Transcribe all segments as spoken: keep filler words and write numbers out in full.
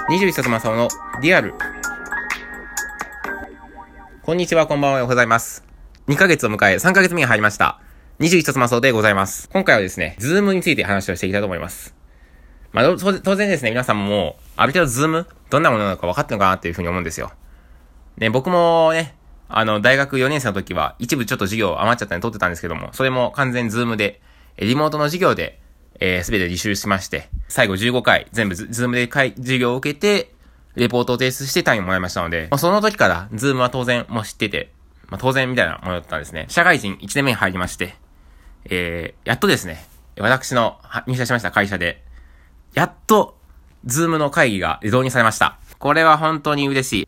にじゅういっさつ正雄のリアル。こんにちは、こんばんは、おはようございます。にかげつを迎え、さんかげつめが入りました。にじゅういっさつ正雄でございます。今回はですね、ズームについて話をしていきたいと思います。まあ、当然ですね、皆さんももう、ある程度ズームどんなものなのか分かってるのかなっていうふうに思うんですよ。で、僕もね、あの、大学よねん生の時は、一部ちょっと授業余っちゃったんで取ってたんですけども、それも完全ズームで、リモートの授業で、えー、すべて履修しまして、最後じゅうごかい、全部ズームで授業を受けて、レポートを提出して単位をもらいましたので、その時から、ズームは当然もう知ってて、まあ、当然みたいなものだったんですね。社会人いちねんめに入りまして、えー、やっとですね、私の入社しました会社で、やっと、ズームの会議が導入されました。これは本当に嬉しい。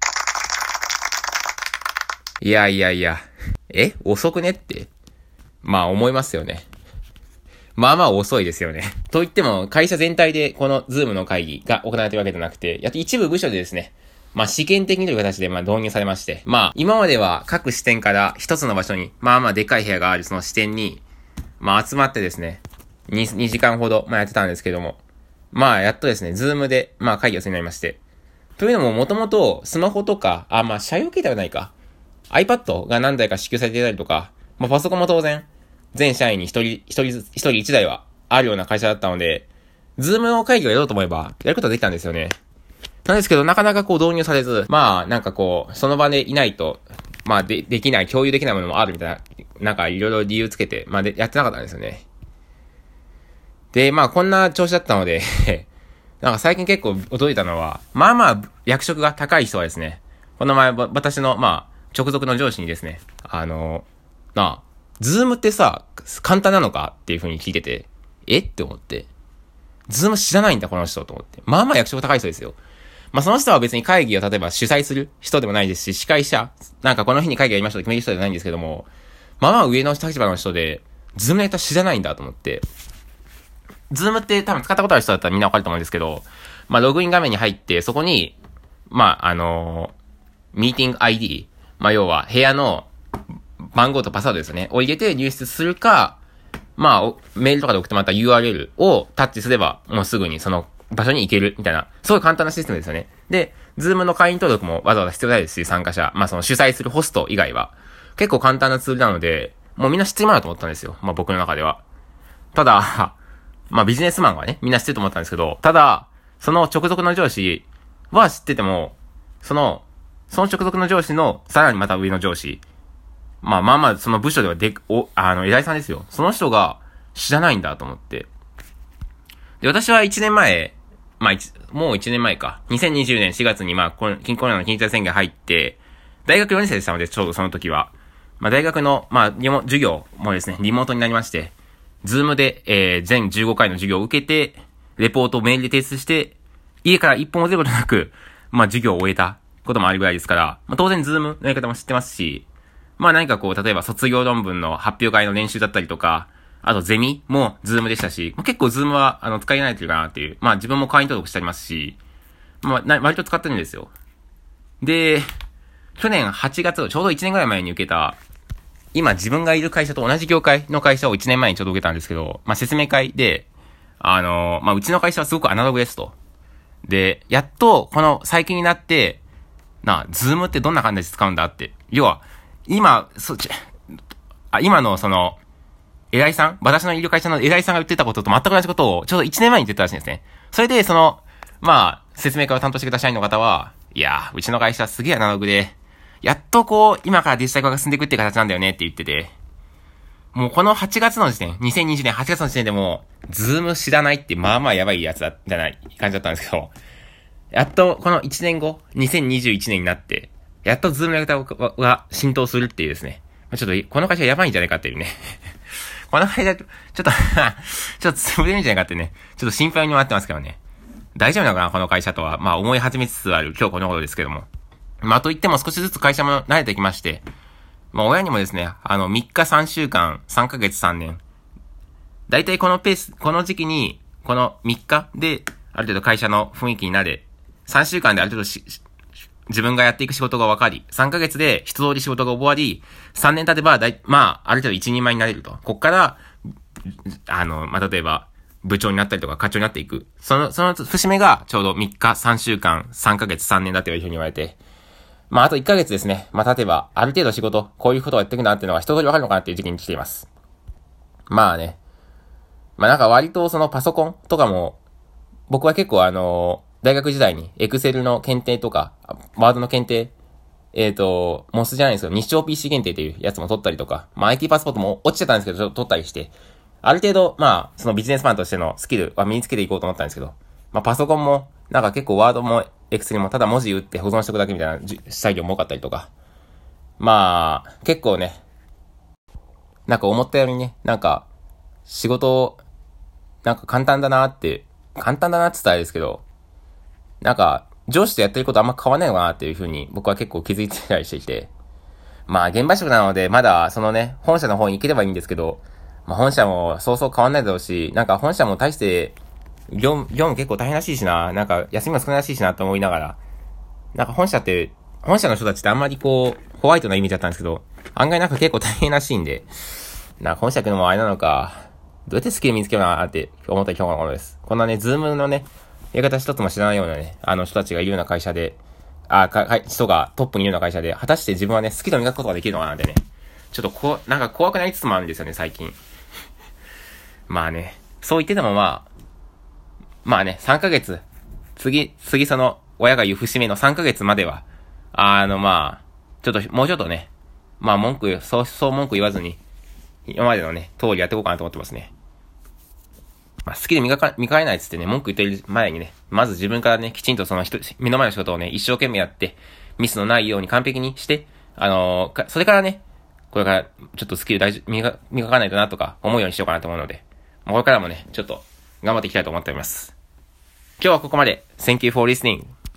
いやいやいや、え遅くねって、まあ思いますよね。まあまあ遅いですよね。と言っても、会社全体でこのズームの会議が行われているわけじゃなくて、やっと一部部署でですね、まあ試験的にという形でまあ導入されまして、まあ今までは各支店から一つの場所に、まあまあでかい部屋があるその支店に、まあ集まってですね、にじかんほどまあやってたんですけども、まあやっとですね、ズームでまあ会議をするようになりまして、というのももともとスマホとか、あ、まあ社用携帯はないか、iPad が何台か支給されていたりとか、まあパソコンも当然、全社員に一人、一人ずつ、一人一台はあるような会社だったので、ズームの会議をやろうと思えば、やることはできたんですよね。なんですけど、なかなかこう導入されず、まあ、なんかこう、その場でいないと、まあ、で、できない、共有できないものもあるみたいな、なんかいろいろ理由つけて、まあで、やってなかったんですよね。で、まあ、こんな調子だったので、なんか最近結構驚いたのは、まあまあ、役職が高い人はですね、この前、私の、まあ、直属の上司にですね、あの、なあ、ズームってさ、簡単なのかっていう風に聞いてて、えって思って。ズーム知らないんだ、この人と思って。まあまあ役職高い人ですよ。まあその人は別に会議を例えば主催する人でもないですし、司会者、なんかこの日に会議やりましょうと決める人ではないんですけども、まあまあ上の立場の人で、ズームのネタ知らないんだと思って。ズームって多分使ったことある人だったらみんなわかると思うんですけど、まあログイン画面に入って、そこに、まああのー、ミーティング アイディー、まあ要は部屋の、番号とパスワードですよね。を入れて入出するか、まあ、メールとかで送ってもらった ユーアールエル をタッチすれば、もうすぐにその場所に行ける、みたいな、すごい簡単なシステムですよね。で、ズームの会員登録もわざわざ必要ないですし、参加者、まあその主催するホスト以外は、結構簡単なツールなので、もうみんな知ってるものだと思ったんですよ。まあ僕の中では。ただ、まあビジネスマンはね、みんな知ってると思ったんですけど、ただ、その直属の上司は知ってても、その、その直属の上司のさらにまた上の上司、まあまあまあ、その部署ではで、お、あの、偉いさんですよ。その人が知らないんだと思って。で、私はいちねんまえ、まあ、もういちねんまえか。にせんにじゅうねんしがつに、まあ、コロナの緊急事態宣言入って、大学よねん生でしたので、ちょうどその時は。まあ、大学の、まあ、授業もですね、リモートになりまして、ズームで、えー、全じゅうごかいの授業を受けて、レポートをメールで提出して、家から一本も出ることなく、まあ、授業を終えたこともあるぐらいですから、まあ、当然ズームのやり方も知ってますし、まあ何かこう、例えば卒業論文の発表会の練習だったりとか、あとゼミもズームでしたし、まあ、結構ズームはあの使い慣れてるかなっていう。まあ自分も会員登録してありますし、まあな割と使ってるんですよ。で、去年はちがつ、ちょうどいちねんぐらい前に受けた、今自分がいる会社と同じ業界の会社をいちねんまえにちょうど受けたんですけど、まあ説明会で、あのー、まあうちの会社はすごくアナログですと。で、やっとこの最近になって、なあ、ズームってどんな感じで使うんだって。要は、今、そ、ち、あ、今のその、偉いさん私のいる会社の偉いさんが言ってたことと全く同じことを、ちょうどいちねんまえに言ってたらしいんですね。それで、その、まあ、説明会を担当してくれた社員の方は、いや、うちの会社すげえアナログで、やっとこう、今からデジタル化が進んでいくって形なんだよねって言ってて、もうこのはちがつの時点、にせんにじゅうねんはちがつの時点でもう、ズーム知らないって、まあまあやばいやつだ、じゃない感じだったんですけど、やっとこのいちねんご、にせんにじゅういちねんになって、やっとズームのやり方が浸透するっていうですね。ちょっと、この会社やばいんじゃないかっていうね。この会社、ちょっと、ちょっと潰れるんじゃないかってね。ちょっと心配になってますけどね。大丈夫なのかなこの会社とは。まあ思い始めつつある今日このことですけども。まあと言っても少しずつ会社も慣れてきまして、まあ親にもですね、あのみっかさんしゅうかん、さんかげつさんねん。だいたいこのペース、この時期に、このみっかで、ある程度会社の雰囲気になれ、さんしゅうかんである程度し、自分がやっていく仕事が分かり、さんかげつで一通り仕事が終わり、さんねん経てばだい、まあ、ある程度一人前になれると。こっから、あの、まあ、例えば、 部長になったりとか課長になっていく。その、その節目がちょうどみっか、さんしゅうかん、さんかげつ、さんねんだっていうふうに言われて、まああといっかげつですね。まあ例えば、ある程度仕事、こういうことをやっていくなっていうのが一通りわかるのかなっていう時期に来ています。まあね。まあなんか割とそのパソコンとかも、僕は結構あの、大学時代に Excel の検定とか、ワードの検定、えっと、モスじゃないんですけど、日照 ピーシー 検定っていうやつも取ったりとか、まあ アイティー パスポートも落ちちゃったんですけど、ちょっと取ったりして、ある程度、まあ、そのビジネスマンとしてのスキルは身につけていこうと思ったんですけど、まあパソコンも、なんか結構ワードも Excel もただ文字打って保存しておくだけみたいな作業も多かったりとか、まあ、結構ね、なんか思ったよりね、なんか、仕事、なんか簡単だなって、簡単だなって言ったらあれですけど、なんか、上司とやってることあんま変わんないのかなっていうふうに僕は結構気づいてたりしていて、まあ現場職なのでまだそのね、本社の方に行ければいいんですけど、まあ本社もそうそう変わんないだろうし、なんか本社も大して、業務、業務結構大変らしいしな、なんか休みも少ないらしいしなと思いながら、なんか本社って、本社の人たちってあんまりこう、ホワイトなイメージだったんですけど、案外なんか結構大変らしいんで、なんか本社行くのもあれなのか、どうやってスキル見つけようかなって思った今日の頃です。こんなね、ズームのね、やり方一つも知らないようなね、あの人たちがいるような会社で、あ、か、か人がトップにいるような会社で、果たして自分はね、スキルを磨くことができるのかなってね、ちょっとこう、なんか怖くなりつつもあるんですよね、最近。まあね、そう言っててもまあ、まあね、さんかげつ、次、次その、親が言う節目のさんかげつまでは、あのまあ、ちょっと、もうちょっとね、まあ文句、そう、そう文句言わずに、今までのね、通りやっていこうかなと思ってますね。まあ、スキル磨か、磨かれないっつってね、文句言ってる前にね、まず自分からね、きちんとその人、目の前の仕事をね、一生懸命やって、ミスのないように完璧にして、あのー、それからね、これからちょっとスキル大事、磨、磨かないとなとか思うようにしようかなと思うので、これからもね、ちょっと頑張っていきたいと思っております。今日はここまで。Thank you for listening.